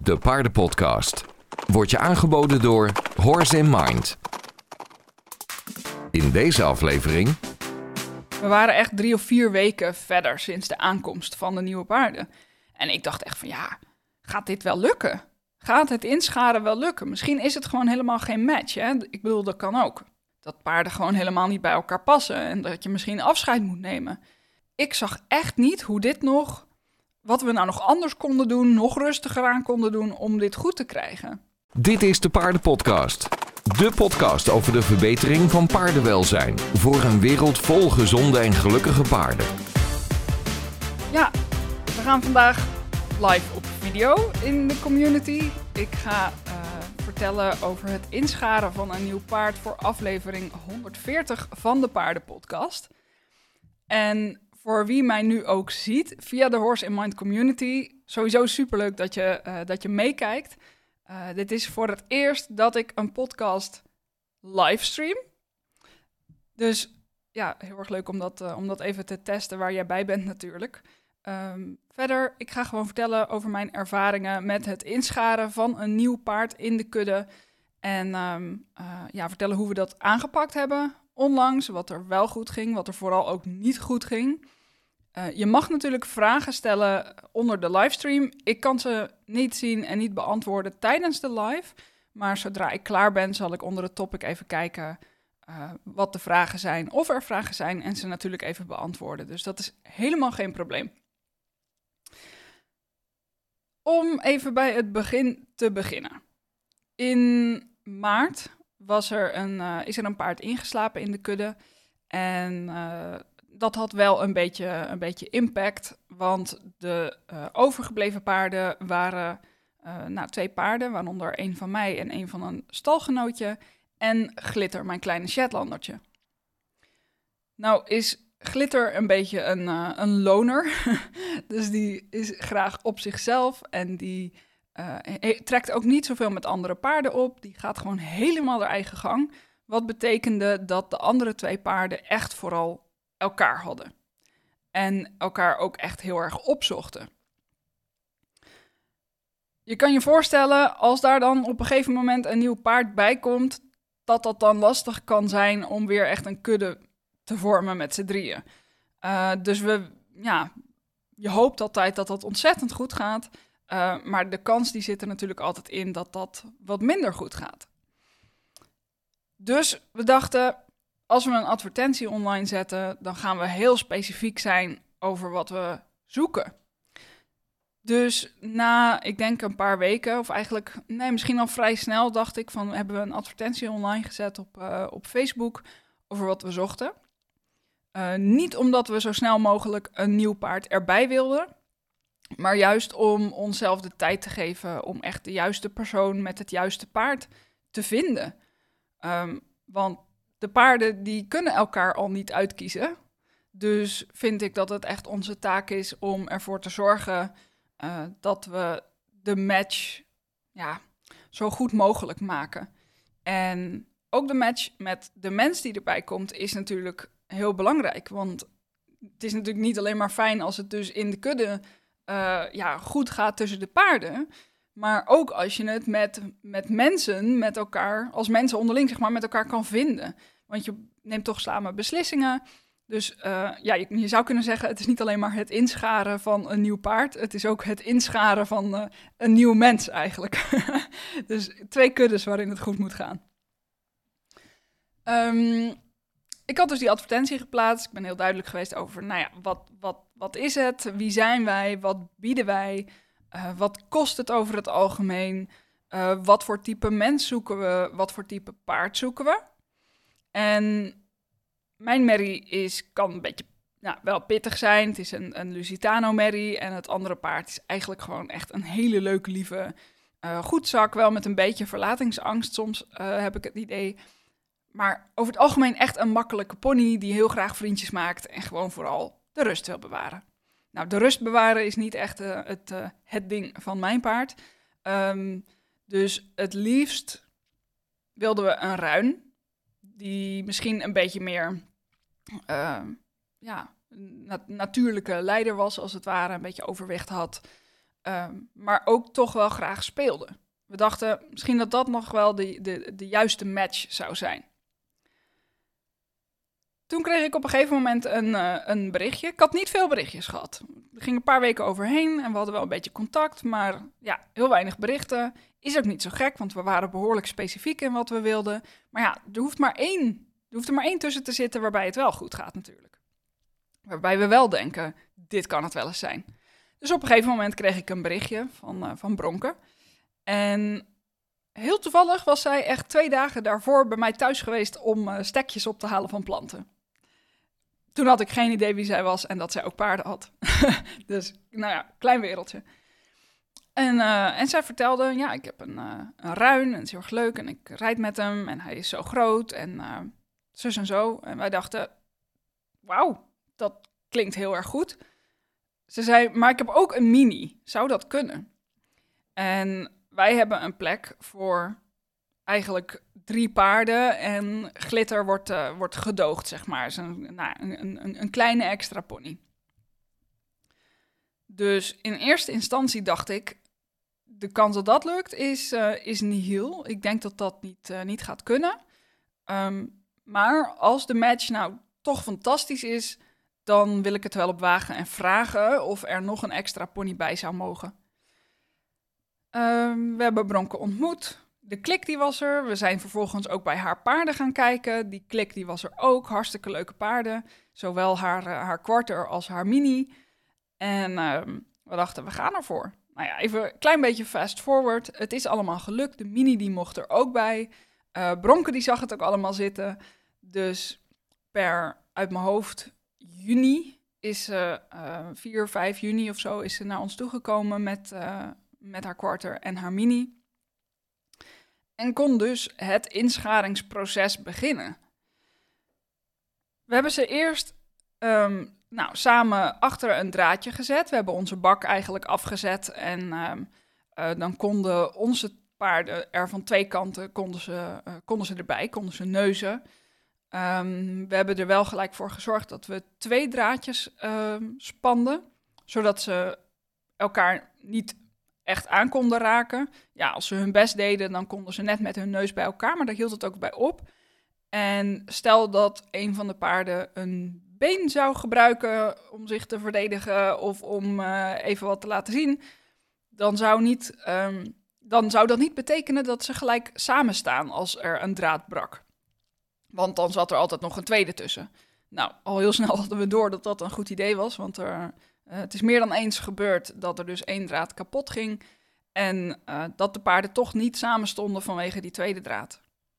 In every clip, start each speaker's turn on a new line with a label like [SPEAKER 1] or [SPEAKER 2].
[SPEAKER 1] De Paardenpodcast wordt je aangeboden door Horse in Mind. In deze aflevering...
[SPEAKER 2] We waren echt 3 of 4 weken verder sinds de aankomst van de nieuwe paarden. En ik dacht echt van gaat dit wel lukken? Gaat het inscharen wel lukken? Misschien is het gewoon helemaal geen match. Hè? Ik bedoel, dat kan ook. Dat paarden gewoon helemaal niet bij elkaar passen en dat je misschien afscheid moet nemen. Ik zag echt niet hoe wat we nou nog anders konden doen, nog rustiger aan konden doen om dit goed te krijgen.
[SPEAKER 1] Dit is de Paardenpodcast. De podcast over de verbetering van paardenwelzijn. Voor een wereld vol gezonde en gelukkige paarden.
[SPEAKER 2] Ja, we gaan vandaag live op video in de community. Ik ga vertellen over het inscharen van een nieuw paard voor aflevering 140 van de Paardenpodcast. En voor wie mij nu ook ziet via de Horse in Mind community, sowieso superleuk dat je meekijkt. Dit is voor het eerst dat ik een podcast livestream. Dus ja, heel erg leuk om dat even te testen waar jij bij bent natuurlijk. Verder, ik ga gewoon vertellen over mijn ervaringen met het inscharen van een nieuw paard in de kudde. En vertellen hoe we dat aangepakt hebben onlangs, wat er wel goed ging, wat er vooral ook niet goed ging. Je mag natuurlijk vragen stellen onder de livestream. Ik kan ze niet zien en niet beantwoorden tijdens de live. Maar zodra ik klaar ben, zal ik onder het topic even kijken wat de vragen zijn. Of er vragen zijn en ze natuurlijk even beantwoorden. Dus dat is helemaal geen probleem. Om even bij het begin te beginnen. In maart is er een paard ingeslapen in de kudde. En dat had wel een beetje impact, want de overgebleven paarden waren 2 paarden, waaronder een van mij en een van een stalgenootje, en Glitter, mijn kleine Shetlandertje. Nou is Glitter een beetje een loner, dus die is graag op zichzelf en die trekt ook niet zoveel met andere paarden op. Die gaat gewoon helemaal haar eigen gang, wat betekende dat de andere 2 paarden echt vooral elkaar hadden. En elkaar ook echt heel erg opzochten. Je kan je voorstellen, als daar dan op een gegeven moment een nieuw paard bij komt, dat dan lastig kan zijn om weer echt een kudde te vormen met z'n drieën. Dus je hoopt altijd dat dat ontzettend goed gaat. Maar de kans die zit er natuurlijk altijd in dat dat wat minder goed gaat. Dus we dachten, als we een advertentie online zetten, dan gaan we heel specifiek zijn over wat we zoeken. Dus ik denk een paar weken, of eigenlijk, misschien al vrij snel, dacht ik van, hebben we een advertentie online gezet op Facebook over wat we zochten. Niet omdat we zo snel mogelijk een nieuw paard erbij wilden, maar juist om onszelf de tijd te geven om echt de juiste persoon met het juiste paard te vinden. Want de paarden die kunnen elkaar al niet uitkiezen. Dus vind ik dat het echt onze taak is om ervoor te zorgen dat we de match zo goed mogelijk maken. En ook de match met de mens die erbij komt is natuurlijk heel belangrijk. Want het is natuurlijk niet alleen maar fijn als het dus in de kudde goed gaat tussen de paarden. Maar ook als je het met mensen, met elkaar, als mensen onderling zeg maar, met elkaar kan vinden. Want je neemt toch samen beslissingen. Dus je zou kunnen zeggen, het is niet alleen maar het inscharen van een nieuw paard. Het is ook het inscharen van een nieuw mens eigenlijk. Dus 2 kuddes waarin het goed moet gaan. Ik had dus die advertentie geplaatst. Ik ben heel duidelijk geweest over, wat is het? Wie zijn wij? Wat bieden wij? Wat kost het over het algemeen? Wat voor type mens zoeken we? Wat voor type paard zoeken we? En mijn merrie kan een beetje wel pittig zijn. Het is een Lusitano merrie. En het andere paard is eigenlijk gewoon echt een hele leuke, lieve goedzak. Wel met een beetje verlatingsangst soms, heb ik het idee. Maar over het algemeen echt een makkelijke pony die heel graag vriendjes maakt en gewoon vooral de rust wil bewaren. Nou, de rust bewaren is niet echt het ding van mijn paard. Dus het liefst wilden we een ruin die misschien een beetje meer natuurlijke leider was, als het ware. Een beetje overwicht had. maar ook toch wel graag speelde. We dachten misschien dat dat nog wel de juiste match zou zijn. Toen kreeg ik op een gegeven moment een berichtje. Ik had niet veel berichtjes gehad. Er gingen een paar weken overheen en we hadden wel een beetje contact. Maar ja, heel weinig berichten. Is ook niet zo gek, want we waren behoorlijk specifiek in wat we wilden. Maar ja, er hoeft er maar één tussen te zitten waarbij het wel goed gaat natuurlijk. Waarbij we wel denken, dit kan het wel eens zijn. Dus op een gegeven moment kreeg ik een berichtje van Bronke. En heel toevallig was zij echt 2 dagen daarvoor bij mij thuis geweest om stekjes op te halen van planten. Toen had ik geen idee wie zij was en dat zij ook paarden had. Dus, nou ja, klein wereldje. En zij vertelde, ja, ik heb een ruin en het is heel erg leuk en ik rijd met hem en hij is zo groot en zus en zo. En wij dachten, wauw, dat klinkt heel erg goed. Ze zei, maar ik heb ook een mini, zou dat kunnen? En wij hebben een plek voor eigenlijk 3 paarden en Glitter wordt gedoogd, zeg maar. Dus een kleine extra pony. Dus in eerste instantie dacht ik, de kans dat dat lukt is nihil. Ik denk dat dat niet gaat kunnen. Maar als de match nou toch fantastisch is, dan wil ik het wel op wagen en vragen of er nog een extra pony bij zou mogen. We hebben Bronke ontmoet. De klik die was er. We zijn vervolgens ook bij haar paarden gaan kijken. Die klik die was er ook. Hartstikke leuke paarden. Zowel haar quarter als haar mini. En we dachten, we gaan ervoor. Nou ja, even een klein beetje fast forward. Het is allemaal gelukt. De mini die mocht er ook bij. Bronke die zag het ook allemaal zitten. Dus uit mijn hoofd juni is 4, 5 juni of zo is ze naar ons toegekomen met haar quarter en haar mini. En kon dus het inscharingsproces beginnen. We hebben ze eerst samen achter een draadje gezet. We hebben onze bak eigenlijk afgezet. En dan konden onze paarden er van 2 kanten konden ze erbij, konden ze neuzen. We hebben er wel gelijk voor gezorgd dat we 2 draadjes spanden. Zodat ze elkaar niet echt aan konden raken. Ja, als ze hun best deden, dan konden ze net met hun neus bij elkaar, maar daar hield het ook bij op. En stel dat een van de paarden een been zou gebruiken om zich te verdedigen of om even wat te laten zien, dan zou dat niet betekenen dat ze gelijk samen staan als er een draad brak. Want dan zat er altijd nog een tweede tussen. Nou, al heel snel hadden we door dat dat een goed idee was, want het is meer dan eens gebeurd dat er dus 1 draad kapot ging en dat de paarden toch niet samen stonden vanwege die tweede draad.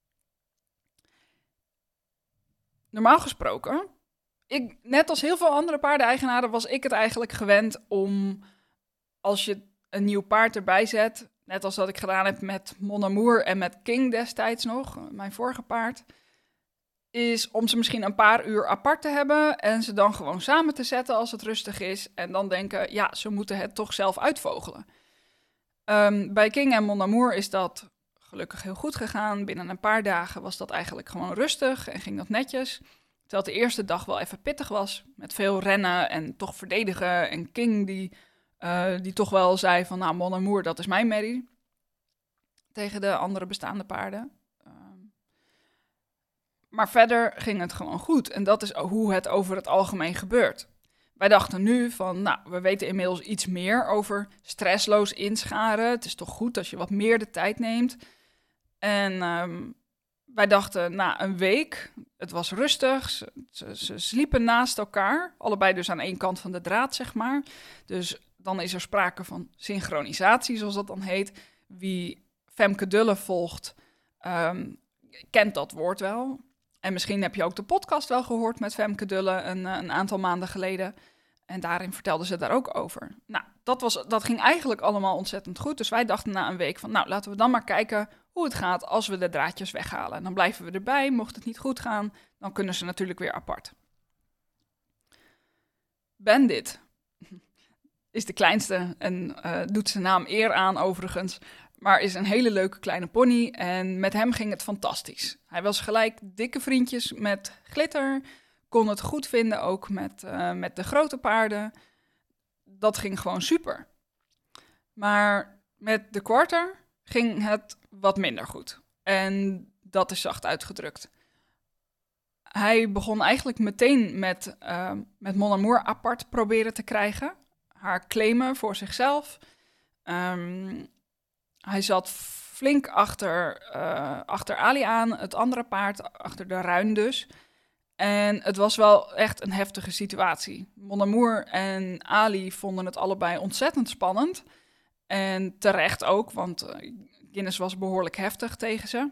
[SPEAKER 2] Normaal gesproken, net als heel veel andere paardeneigenaren, was ik het eigenlijk gewend om, als je een nieuw paard erbij zet, net als dat ik gedaan heb met Mon Amour en met King destijds nog, mijn vorige paard, is om ze misschien een paar uur apart te hebben en ze dan gewoon samen te zetten als het rustig is. En dan denken, ja, ze moeten het toch zelf uitvogelen. Bij King en Mon Amour is dat gelukkig heel goed gegaan. Binnen een paar dagen was dat eigenlijk gewoon rustig en ging dat netjes. Terwijl de eerste dag wel even pittig was, met veel rennen en toch verdedigen. En King die toch wel zei van, nou, Mon Amour, dat is mijn merrie. Tegen de andere bestaande paarden. Maar verder ging het gewoon goed. En dat is hoe het over het algemeen gebeurt. Wij dachten nu van, nou, we weten inmiddels iets meer over stressloos inscharen. Het is toch goed als je wat meer de tijd neemt. En wij dachten, na een week, het was rustig. Ze sliepen naast elkaar. Allebei dus aan 1 kant van de draad, zeg maar. Dus dan is er sprake van synchronisatie, zoals dat dan heet. Wie Femke Dulle volgt, kent dat woord wel. En misschien heb je ook de podcast wel gehoord met Femke Dulle een aantal maanden geleden. En daarin vertelde ze daar ook over. Nou, dat ging eigenlijk allemaal ontzettend goed. Dus wij dachten na een week van, nou, laten we dan maar kijken hoe het gaat als we de draadjes weghalen. En dan blijven we erbij. Mocht het niet goed gaan, dan kunnen ze natuurlijk weer apart. Bandit is de kleinste en doet zijn naam eer aan overigens. Maar is een hele leuke kleine pony en met hem ging het fantastisch. Hij was gelijk dikke vriendjes met Glitter, kon het goed vinden ook met de grote paarden. Dat ging gewoon super. Maar met de quarter ging het wat minder goed. En dat is zacht uitgedrukt. Hij begon eigenlijk meteen met Mon Amour apart proberen te krijgen. Haar claimen voor zichzelf. Hij zat flink achter Ali aan, het andere paard, achter de ruin dus. En het was wel echt een heftige situatie. Mon Amour en Ali vonden het allebei ontzettend spannend. En terecht ook, want Guinness was behoorlijk heftig tegen ze.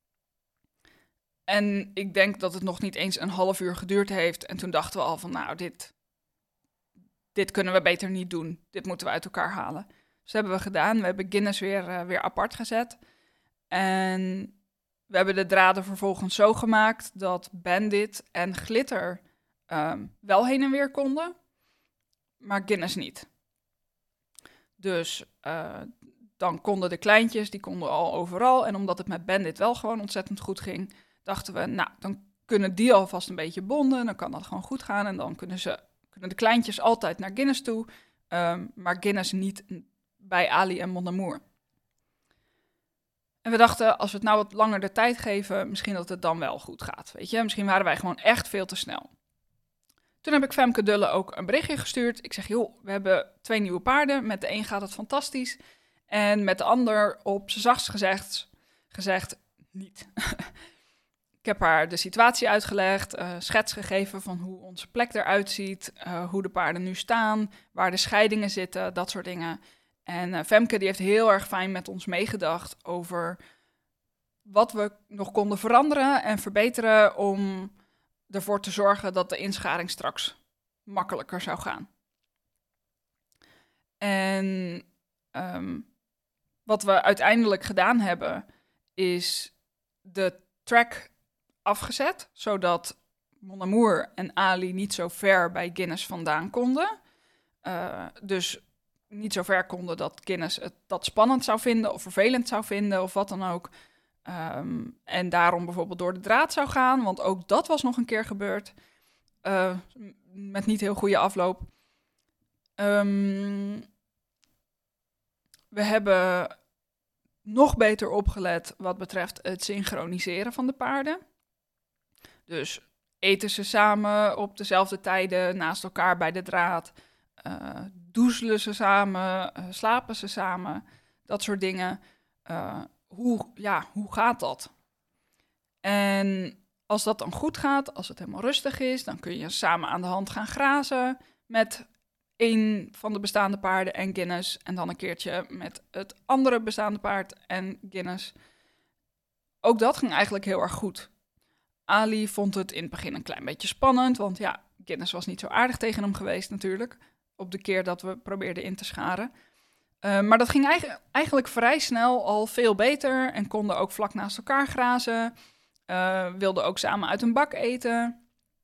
[SPEAKER 2] En ik denk dat het nog niet eens een half uur geduurd heeft. En toen dachten we al van, nou, dit kunnen we beter niet doen. Dit moeten we uit elkaar halen. Dus dat hebben we gedaan. We hebben Guinness weer apart gezet. En we hebben de draden vervolgens zo gemaakt dat Bandit en Glitter wel heen en weer konden, maar Guinness niet. Dus dan konden de kleintjes, die konden al overal. En omdat het met Bandit wel gewoon ontzettend goed ging, dachten we, nou, dan kunnen die alvast een beetje bonden. Dan kan dat gewoon goed gaan. En dan kunnen de kleintjes altijd naar Guinness toe. Maar Guinness niet bij Ali en Mon Amour. En we dachten, als we het nou wat langer de tijd geven, misschien dat het dan wel goed gaat. Weet je, misschien waren wij gewoon echt veel te snel. Toen heb ik Femke Dulle ook een berichtje gestuurd. Ik zeg, joh, we hebben 2 nieuwe paarden. Met de een gaat het fantastisch. En met de ander op z'n zachtst gezegd niet. Ik heb haar de situatie uitgelegd, schets gegeven van hoe onze plek eruit ziet, hoe de paarden nu staan, waar de scheidingen zitten, dat soort dingen. En Femke die heeft heel erg fijn met ons meegedacht over wat we nog konden veranderen en verbeteren om ervoor te zorgen dat de inscharing straks makkelijker zou gaan. En wat we uiteindelijk gedaan hebben, is de track afgezet, zodat Mon Amour en Ali niet zo ver bij Guinness vandaan konden. Dus niet zo ver konden dat Guinness het dat spannend zou vinden of vervelend zou vinden of wat dan ook. En daarom bijvoorbeeld door de draad zou gaan, want ook dat was nog een keer gebeurd. Met niet heel goede afloop. We hebben nog beter opgelet wat betreft het synchroniseren van de paarden. Dus eten ze samen op dezelfde tijden naast elkaar bij de draad. Doezelen ze samen, slapen ze samen, dat soort dingen. Hoe gaat dat? En als dat dan goed gaat, als het helemaal rustig is, dan kun je samen aan de hand gaan grazen met een van de bestaande paarden en Guinness. En dan een keertje met het andere bestaande paard en Guinness. Ook dat ging eigenlijk heel erg goed. Ali vond het in het begin een klein beetje spannend, want ja, Guinness was niet zo aardig tegen hem geweest natuurlijk, op de keer dat we probeerden in te scharen. Maar dat ging eigenlijk vrij snel al veel beter en konden ook vlak naast elkaar grazen. Wilden ook samen uit een bak eten.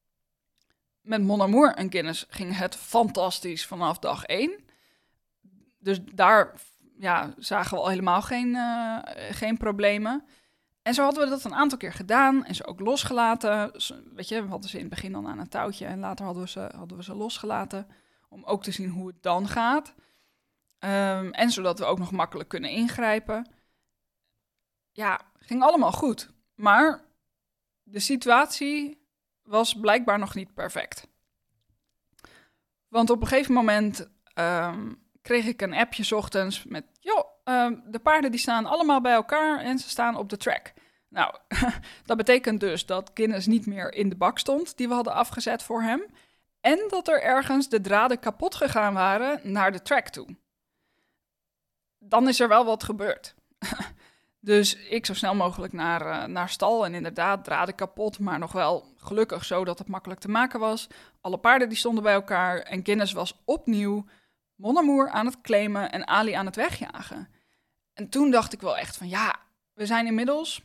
[SPEAKER 2] Met Mon Amour en Guinness ging het fantastisch vanaf dag 1. Dus daar zagen we al helemaal geen problemen. En zo hadden we dat een aantal keer gedaan en ze ook losgelaten. Weet je, we hadden ze in het begin dan aan een touwtje en later hadden we ze losgelaten. Om ook te zien hoe het dan gaat. En zodat we ook nog makkelijk kunnen ingrijpen. Ja, ging allemaal goed. Maar de situatie was blijkbaar nog niet perfect. Want op een gegeven moment kreeg ik een appje 's ochtends met... de paarden die staan allemaal bij elkaar en ze staan op de track. Nou, dat betekent dus dat Guinness niet meer in de bak stond die we hadden afgezet voor hem. En dat er ergens de draden kapot gegaan waren naar de track toe. Dan is er wel wat gebeurd. Dus ik zo snel mogelijk naar stal en inderdaad draden kapot, maar nog wel gelukkig zo dat het makkelijk te maken was. Alle paarden die stonden bij elkaar en Guinness was opnieuw Mon Amour aan het claimen en Ali aan het wegjagen. En toen dacht ik wel echt van we zijn inmiddels...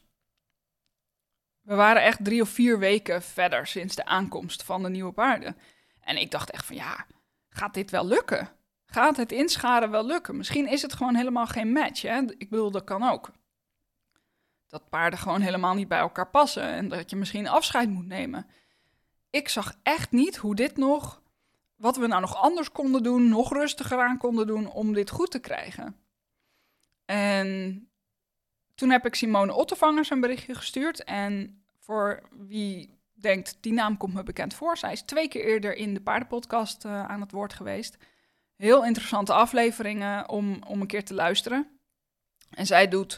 [SPEAKER 2] We waren echt 3 of 4 weken verder sinds de aankomst van de nieuwe paarden. En ik dacht echt van gaat dit wel lukken? Gaat het inscharen wel lukken? Misschien is het gewoon helemaal geen match. Hè? Ik bedoel, dat kan ook. Dat paarden gewoon helemaal niet bij elkaar passen en dat je misschien afscheid moet nemen. Ik zag echt niet wat we nou nog anders konden doen, nog rustiger aan konden doen om dit goed te krijgen. En toen heb ik Simone Ottervangers een berichtje gestuurd. En voor wie denkt, die naam komt me bekend voor. Zij is 2 keer eerder in de paardenpodcast aan het woord geweest. Heel interessante afleveringen om een keer te luisteren. En zij doet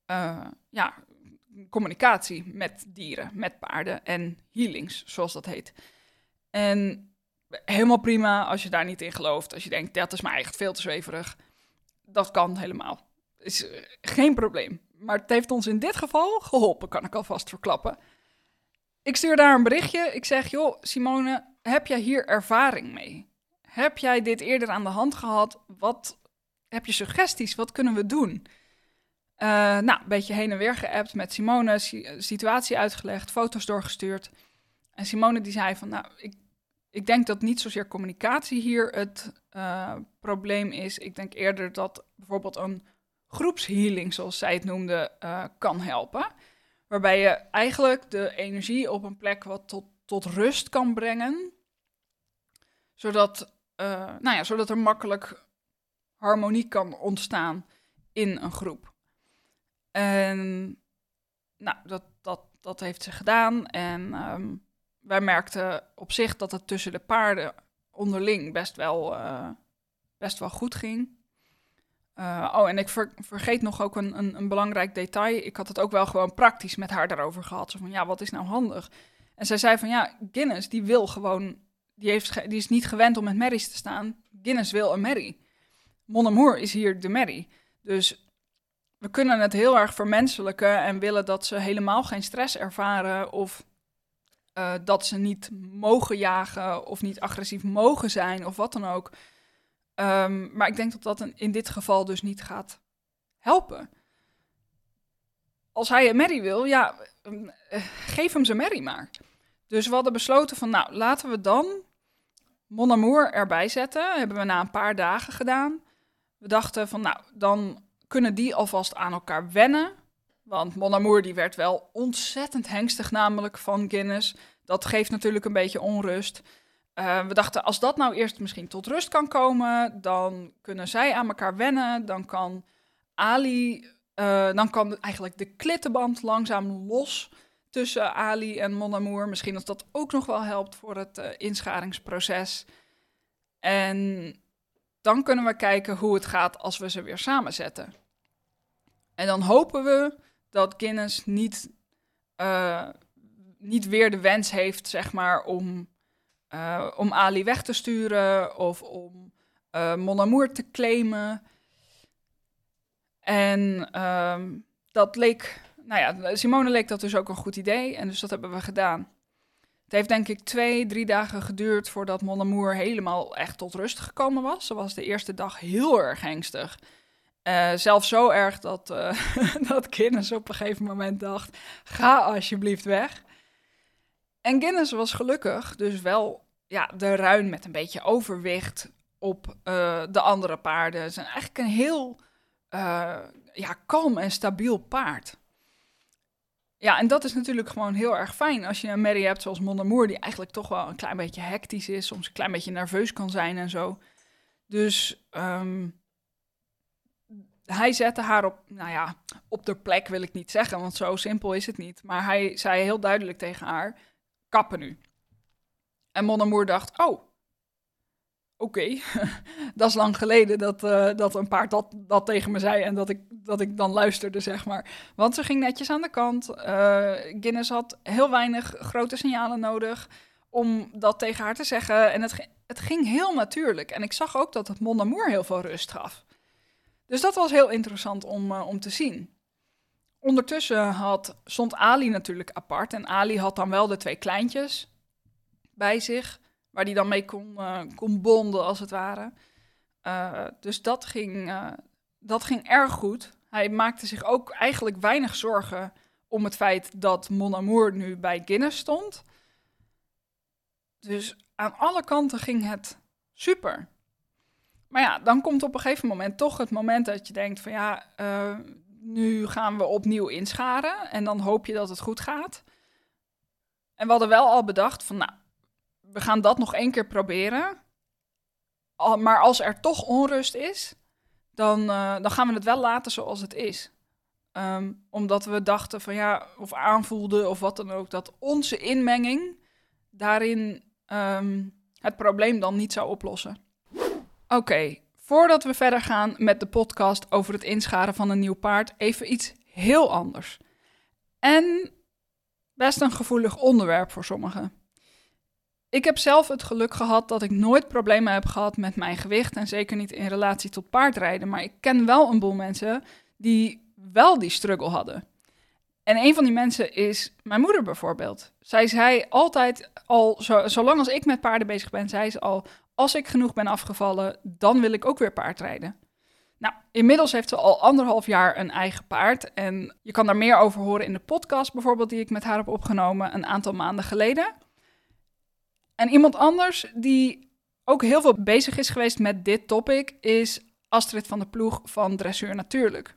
[SPEAKER 2] communicatie met dieren, met paarden en healings, zoals dat heet. En helemaal prima als je daar niet in gelooft. Als je denkt, dat is maar echt veel te zweverig. Dat kan helemaal. Is geen probleem. Maar het heeft ons in dit geval geholpen, kan ik alvast verklappen. Ik stuur daar een berichtje. Ik zeg, joh, Simone, heb jij hier ervaring mee? Heb jij dit eerder aan de hand gehad? Heb je suggesties? Wat kunnen we doen? Een beetje heen en weer geappt met Simone, situatie uitgelegd, foto's doorgestuurd. En Simone die zei van, ik denk dat niet zozeer communicatie hier het probleem is. Ik denk eerder dat bijvoorbeeld een groepshealing, zoals zij het noemde, kan helpen. Waarbij je eigenlijk de energie op een plek wat tot rust kan brengen. Zodat er makkelijk harmonie kan ontstaan in een groep. En dat heeft ze gedaan. En wij merkten op zich dat het tussen de paarden onderling best wel goed ging. En ik vergeet nog ook een belangrijk detail. Ik had het ook wel gewoon praktisch met haar daarover gehad. Zo van, wat is nou handig? En zij zei van, Guinness, die wil gewoon... Die is niet gewend om met merries te staan. Guinness wil een merrie. Mon Amour is hier de merrie. Dus we kunnen het heel erg vermenselijken en willen dat ze helemaal geen stress ervaren of dat ze niet mogen jagen of niet agressief mogen zijn of wat dan ook. Maar ik denk dat in dit geval dus niet gaat helpen. Als hij een merrie wil, geef hem zijn merrie maar. Dus we hadden besloten van, laten we dan Mon Amour erbij zetten. Hebben we na een paar dagen gedaan. We dachten van, dan kunnen die alvast aan elkaar wennen. Want Mon Amour die werd wel ontzettend hengstig namelijk van Guinness. Dat geeft natuurlijk een beetje onrust. We dachten, als dat nou eerst misschien tot rust kan komen, dan kunnen zij aan elkaar wennen. Dan kan eigenlijk de klittenband langzaam los tussen Ali en Mon Amour. Misschien dat dat ook nog wel helpt voor het inscharingsproces. En dan kunnen we kijken hoe het gaat als we ze weer samenzetten. En dan hopen we dat Guinness niet weer de wens heeft, zeg maar, om Ali weg te sturen of om Mon Amour te claimen. En Simone leek dat dus ook een goed idee. En dus dat hebben we gedaan. Het heeft denk ik 2-3 dagen geduurd voordat Mon Amour helemaal echt tot rust gekomen was. Ze was de eerste dag heel erg angstig. Zelfs zo erg dat Guinness op een gegeven moment dacht, ga alsjeblieft weg. En Guinness was gelukkig dus wel de ruin met een beetje overwicht op de andere paarden. Het is eigenlijk een heel kalm en stabiel paard. Ja, en dat is natuurlijk gewoon heel erg fijn als je een merrie hebt zoals Mon Amour, die eigenlijk toch wel een klein beetje hectisch is, soms een klein beetje nerveus kan zijn en zo. Dus hij zette haar op de plek wil ik niet zeggen, want zo simpel is het niet. Maar hij zei heel duidelijk tegen haar, kappen nu. En Mon Amour dacht, oké. Dat is lang geleden dat een paard dat tegen me zei en dat ik dan luisterde, zeg maar. Want ze ging netjes aan de kant. Guinness had heel weinig grote signalen nodig om dat tegen haar te zeggen. En het ging heel natuurlijk. En ik zag ook dat het Mon Amour heel veel rust gaf. Dus dat was heel interessant om te zien. Ondertussen stond Ali natuurlijk apart. En Ali had dan wel de 2 kleintjes bij zich, waar hij dan mee kon bonden, als het ware. Dus dat ging erg goed. Hij maakte zich ook eigenlijk weinig zorgen om het feit dat Mon Amour nu bij Guinness stond. Dus aan alle kanten ging het super. Maar dan komt op een gegeven moment toch het moment dat je denkt van nu gaan we opnieuw inscharen. En dan hoop je dat het goed gaat. En we hadden wel al bedacht van we gaan dat nog 1 keer proberen. Maar als er toch onrust is, dan gaan we het wel laten zoals het is. Omdat we dachten van ja, of aanvoelden of wat dan ook, dat onze inmenging daarin het probleem dan niet zou oplossen. Oké, voordat we verder gaan met de podcast over het inscharen van een nieuw paard, even iets heel anders. En best een gevoelig onderwerp voor sommigen. Ik heb zelf het geluk gehad dat ik nooit problemen heb gehad met mijn gewicht en zeker niet in relatie tot paardrijden. Maar ik ken wel een boel mensen die wel die struggle hadden. En een van die mensen is mijn moeder bijvoorbeeld. Zij zei altijd al, zolang als ik met paarden bezig ben, zei ze al, als ik genoeg ben afgevallen, dan wil ik ook weer paardrijden. Nou, inmiddels heeft ze al 1,5 jaar een eigen paard. En je kan daar meer over horen in de podcast bijvoorbeeld, die ik met haar heb opgenomen een aantal maanden geleden. En iemand anders die ook heel veel bezig is geweest met dit topic is Astrid van der Ploeg van Dressuur Natuurlijk.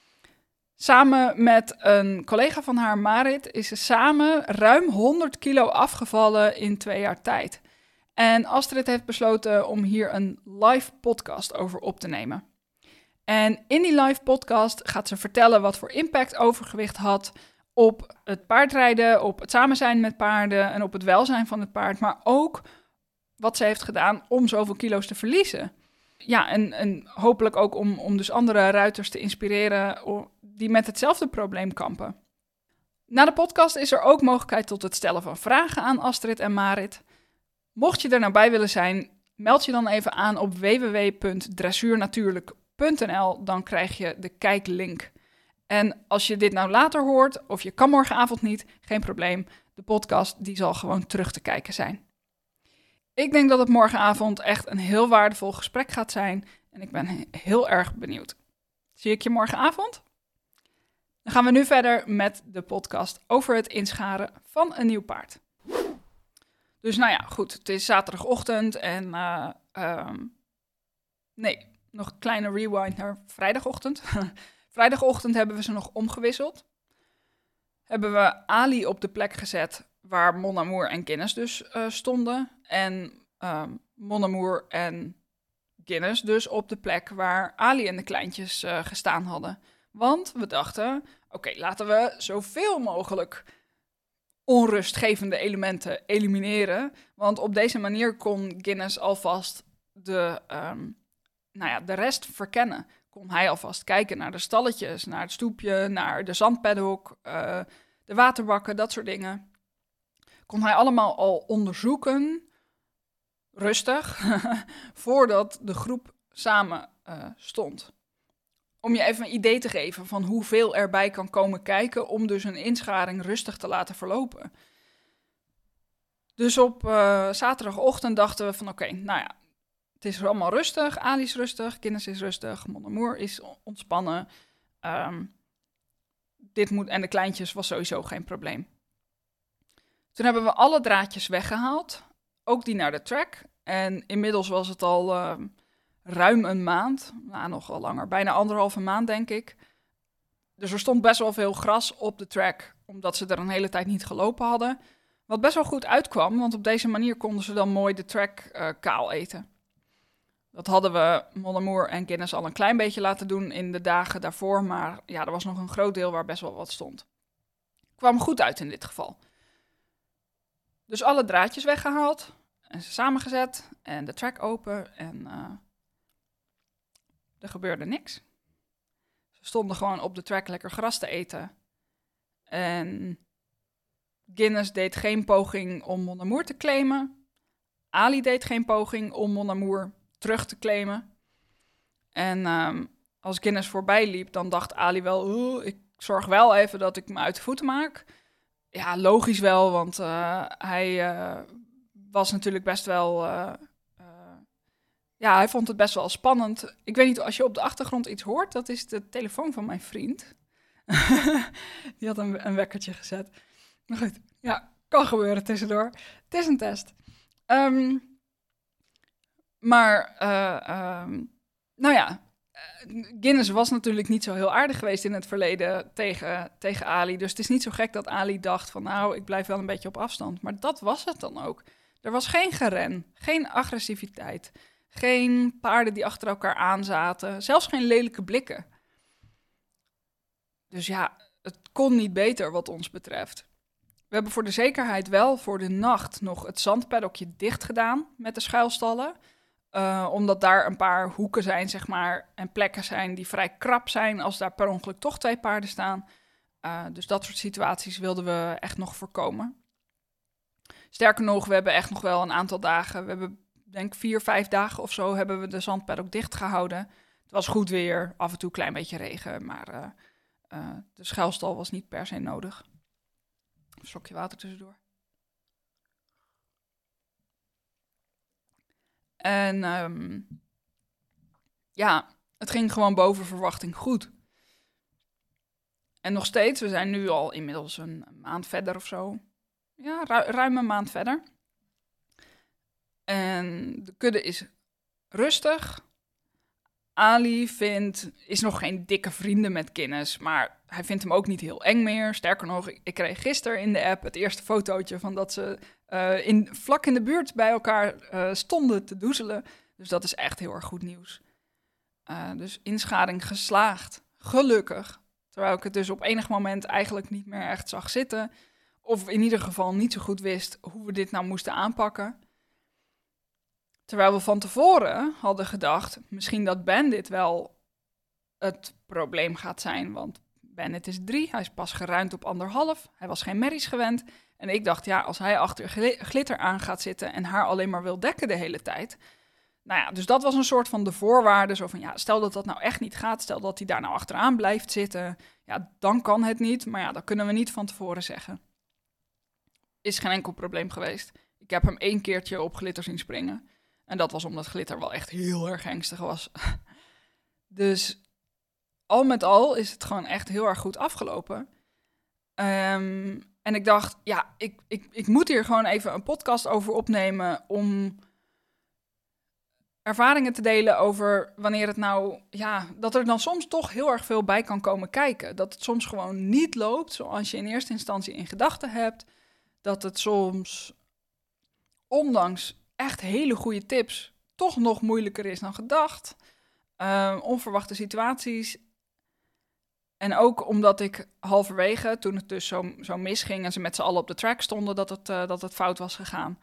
[SPEAKER 2] Samen met een collega van haar, Marit, is ze samen ruim 100 kilo afgevallen in 2 jaar tijd. En Astrid heeft besloten om hier een live podcast over op te nemen. En in die live podcast gaat ze vertellen wat voor impact overgewicht had op het paardrijden, op het samen zijn met paarden en op het welzijn van het paard, maar ook wat ze heeft gedaan om zoveel kilo's te verliezen. Ja, en hopelijk ook om dus andere ruiters te inspireren die met hetzelfde probleem kampen. Na de podcast is er ook mogelijkheid tot het stellen van vragen aan Astrid en Marit. Mocht je er nou bij willen zijn, meld je dan even aan op www.dressuurnatuurlijk.nl, dan krijg je de kijklink. En als je dit nou later hoort, of je kan morgenavond niet, geen probleem. De podcast die zal gewoon terug te kijken zijn. Ik denk dat het morgenavond echt een heel waardevol gesprek gaat zijn. En ik ben heel erg benieuwd. Zie ik je morgenavond? Dan gaan we nu verder met de podcast over het inscharen van een nieuw paard. Dus nou ja, goed. Het is zaterdagochtend en nog een kleine rewind naar vrijdagochtend. Vrijdagochtend hebben we ze nog omgewisseld. Hebben we Ali op de plek gezet waar Mon Amour en Guinness dus stonden. En Mon Amour en Guinness dus op de plek waar Ali en de kleintjes gestaan hadden. Want we dachten, oké, laten we zoveel mogelijk onrustgevende elementen elimineren. Want op deze manier kon Guinness alvast de rest verkennen. Kon hij alvast kijken naar de stalletjes, naar het stoepje, naar de zandpaddock, de waterbakken, dat soort dingen. Kon hij allemaal al onderzoeken, rustig, voordat de groep samen stond. Om je even een idee te geven van hoeveel erbij kan komen kijken om dus een inscharing rustig te laten verlopen. Dus op zaterdagochtend dachten we van oké, nou ja, het is allemaal rustig. Ali is rustig, Guinness is rustig, Mon Amour is ontspannen. En de kleintjes was sowieso geen probleem. Toen hebben we alle draadjes weggehaald, ook die naar de track. En inmiddels was het al ruim een maand, nogal langer, bijna 1,5 maand denk ik. Dus er stond best wel veel gras op de track, omdat ze er een hele tijd niet gelopen hadden. Wat best wel goed uitkwam, want op deze manier konden ze dan mooi de track kaal eten. Dat hadden we Mon Amour en Guinness al een klein beetje laten doen in de dagen daarvoor, maar ja, er was nog een groot deel waar best wel wat stond. Kwam goed uit in dit geval. Dus alle draadjes weggehaald en ze samengezet en de track open en er gebeurde niks. Ze stonden gewoon op de track lekker gras te eten. En Guinness deed geen poging om Mon Amour te claimen. Ali deed geen poging om Mon Amour terug te claimen. En als Guinness voorbij liep, dan dacht Ali wel, ik zorg wel even dat ik me uit de voeten maak. Ja, logisch wel, want hij was natuurlijk best wel... hij vond het best wel spannend. Ik weet niet, als je op de achtergrond iets hoort, dat is de telefoon van mijn vriend. Die had een wekkertje gezet. Maar goed, ja, kan gebeuren tussendoor. Het is een test. Guinness was natuurlijk niet zo heel aardig geweest in het verleden tegen Ali. Dus het is niet zo gek dat Ali dacht van nou, ik blijf wel een beetje op afstand. Maar dat was het dan ook. Er was geen geren, geen agressiviteit, Geen paarden die achter elkaar aanzaten. Zelfs geen lelijke blikken. Dus ja, het kon niet beter wat ons betreft. We hebben voor de zekerheid wel voor de nacht nog het zandpaddokje dicht gedaan met de schuilstallen. Omdat daar een paar hoeken zijn, zeg maar, en plekken zijn die vrij krap zijn als daar per ongeluk toch 2 paarden staan. Dus dat soort situaties wilden we echt nog voorkomen. Sterker nog, we hebben echt nog wel een aantal dagen, we hebben denk 4, 5 dagen of zo, hebben we de zandpaddock dicht gehouden. Het was goed weer, af en toe een klein beetje regen, maar de schuilstal was niet per se nodig. Een slokje water tussendoor. En ja, het ging gewoon boven verwachting goed. En nog steeds, we zijn nu al inmiddels een maand verder of zo. Ja, ruim een maand verder. En de kudde is rustig. Ali is nog geen dikke vrienden met Guinness, maar hij vindt hem ook niet heel eng meer. Sterker nog, ik kreeg gisteren in de app het eerste fotootje van dat ze vlak in de buurt bij elkaar stonden te doezelen. Dus dat is echt heel erg goed nieuws. Dus inscharing geslaagd, gelukkig. Terwijl ik het dus op enig moment eigenlijk niet meer echt zag zitten. Of in ieder geval niet zo goed wist hoe we dit nou moesten aanpakken. Terwijl we van tevoren hadden gedacht, misschien dat Bandit wel het probleem gaat zijn. Want Bandit is 3, hij is pas geruimd op 1,5. Hij was geen merries gewend. En ik dacht, ja, als hij achter glitter aan gaat zitten en haar alleen maar wil dekken de hele tijd. Nou ja, dus dat was een soort van de voorwaarde. Zo van, ja, stel dat dat nou echt niet gaat. Stel dat hij daar nou achteraan blijft zitten. Ja, dan kan het niet. Maar ja, dat kunnen we niet van tevoren zeggen. Is geen enkel probleem geweest. Ik heb hem 1 keertje op glitter zien springen. En dat was omdat glitter wel echt heel erg angstig was. Dus al met al is het gewoon echt heel erg goed afgelopen. En ik dacht, ja, ik moet hier gewoon even een podcast over opnemen om ervaringen te delen over wanneer het nou, ja, dat er dan soms toch heel erg veel bij kan komen kijken. Dat het soms gewoon niet loopt zoals je in eerste instantie in gedachten hebt. Dat het soms, ondanks echt hele goede tips, toch nog moeilijker is dan gedacht. Onverwachte situaties. En ook omdat ik halverwege, toen het dus zo misging en ze met z'n allen op de track stonden, dat het fout was gegaan.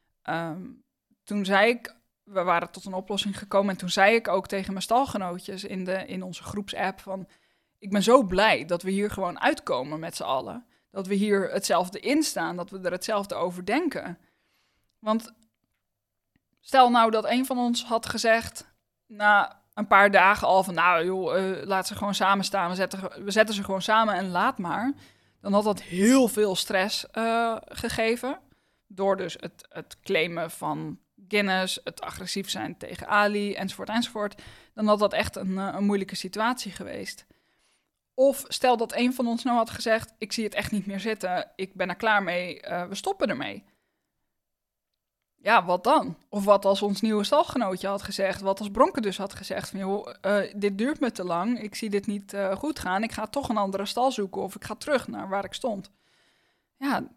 [SPEAKER 2] Toen zei ik, we waren tot een oplossing gekomen en toen zei ik ook tegen mijn stalgenootjes in onze groepsapp van, ik ben zo blij dat we hier gewoon uitkomen met z'n allen. Dat we hier hetzelfde in staan, dat we er hetzelfde over denken. Want stel nou dat een van ons had gezegd, na een paar dagen al van, nou joh, laat ze gewoon samen staan, we zetten ze gewoon samen en laat maar. Dan had dat heel veel stress gegeven. Door dus het claimen van Guinness, het agressief zijn tegen Ali, enzovoort, enzovoort. Dan had dat echt een moeilijke situatie geweest. Of stel dat een van ons nou had gezegd, ik zie het echt niet meer zitten, ik ben er klaar mee, we stoppen ermee. Ja, wat dan? Of wat als ons nieuwe stalgenootje had gezegd, wat als Bronke dus had gezegd van, joh, dit duurt me te lang, ik zie dit niet goed gaan, ik ga toch een andere stal zoeken of ik ga terug naar waar ik stond. Ja,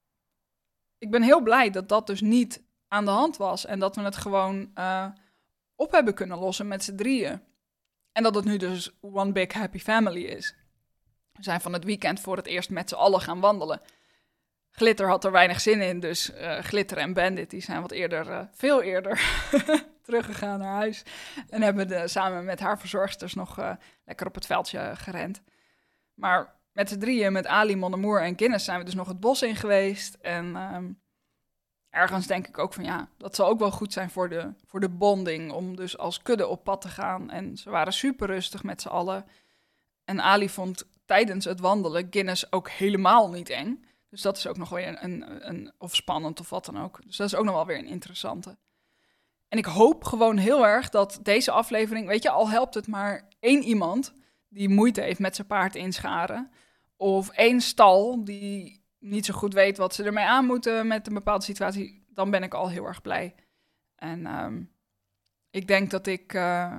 [SPEAKER 2] ik ben heel blij dat dat dus niet aan de hand was en dat we het gewoon op hebben kunnen lossen met z'n drieën. En dat het nu dus one big happy family is. We zijn van het weekend voor het eerst met z'n allen gaan wandelen. Glitter had er weinig zin in, dus Glitter en Bandit die zijn veel eerder teruggegaan naar huis. En hebben samen met haar verzorgsters nog lekker op het veldje gerend. Maar met z'n drieën, met Ali, Mon Amour en Guinness, zijn we dus nog het bos in geweest. En ergens denk ik ook van ja, dat zal ook wel goed zijn voor de bonding, om dus als kudde op pad te gaan. En ze waren super rustig met z'n allen. En Ali vond tijdens het wandelen Guinness ook helemaal niet eng. Dus dat is ook nog weer of spannend of wat dan ook. Dus dat is ook nog wel weer een interessante. En ik hoop gewoon heel erg dat deze aflevering, weet je, al helpt het maar 1 iemand die moeite heeft met zijn paard inscharen. Of 1 stal die niet zo goed weet wat ze ermee aan moeten met een bepaalde situatie. Dan ben ik al heel erg blij. En ik denk dat ik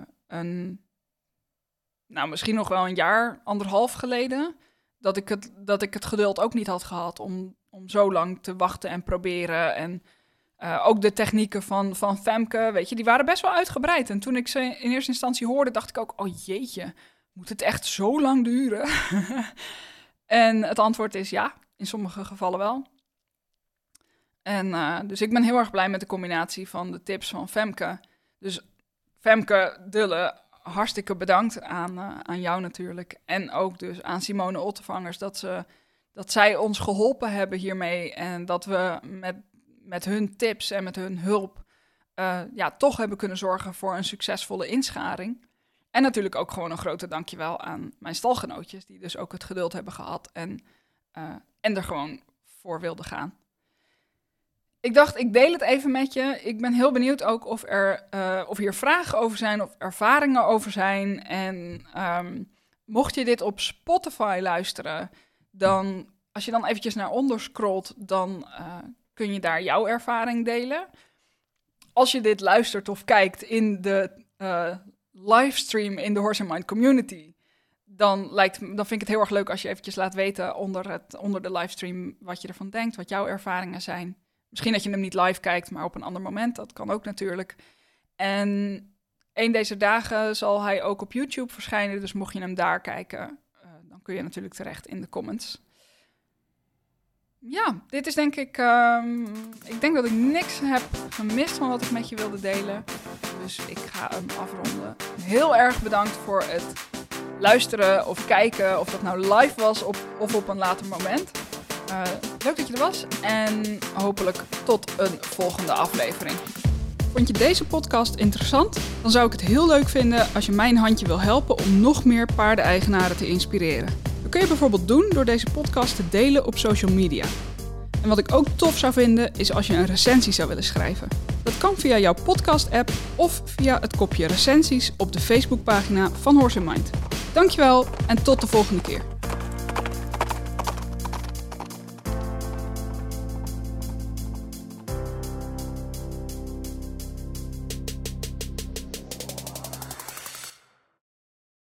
[SPEAKER 2] misschien nog wel 1 jaar, 1,5 geleden, dat ik het geduld ook niet had gehad om zo lang te wachten en proberen. En Ook de technieken van Femke, weet je, die waren best wel uitgebreid. En toen ik ze in eerste instantie hoorde, dacht ik ook, oh jeetje, moet het echt zo lang duren? En het antwoord is ja, in sommige gevallen wel. En dus ik ben heel erg blij met de combinatie van de tips van Femke. Dus Femke Dulle, hartstikke bedankt aan jou natuurlijk. En ook dus aan Simone Ottevangers dat zij ons geholpen hebben hiermee. En dat we met hun tips en met hun hulp toch hebben kunnen zorgen voor een succesvolle inscharing. En natuurlijk ook gewoon een grote dankjewel aan mijn stalgenootjes, die dus ook het geduld hebben gehad en er gewoon voor wilden gaan. Ik dacht, ik deel het even met je. Ik ben heel benieuwd ook of hier vragen over zijn of ervaringen over zijn. En mocht je dit op Spotify luisteren, dan als je dan eventjes naar onder scrolt, dan kun je daar jouw ervaring delen. Als je dit luistert of kijkt in de livestream in de Horse Mind community, dan vind ik het heel erg leuk als je eventjes laat weten onder de livestream wat je ervan denkt, wat jouw ervaringen zijn. Misschien dat je hem niet live kijkt, maar op een ander moment. Dat kan ook natuurlijk. En een deze dagen zal hij ook op YouTube verschijnen. Dus mocht je hem daar kijken, dan kun je natuurlijk terecht in de comments. Ja, dit is denk ik... ik denk dat ik niks heb gemist van wat ik met je wilde delen. Dus ik ga hem afronden. Heel erg bedankt voor het luisteren of kijken. Of dat nou live was of op een later moment. Leuk dat je er was en hopelijk tot een volgende aflevering. Vond je deze podcast interessant? Dan zou ik het heel leuk vinden als je mij een handje wil helpen om nog meer paardeneigenaren te inspireren. Dat kun je bijvoorbeeld doen door deze podcast te delen op social media. En wat ik ook tof zou vinden is als je een recensie zou willen schrijven. Dat kan via jouw podcast-app of via het kopje recensies op de Facebookpagina van Horse & Mind. Dankjewel en tot de volgende keer.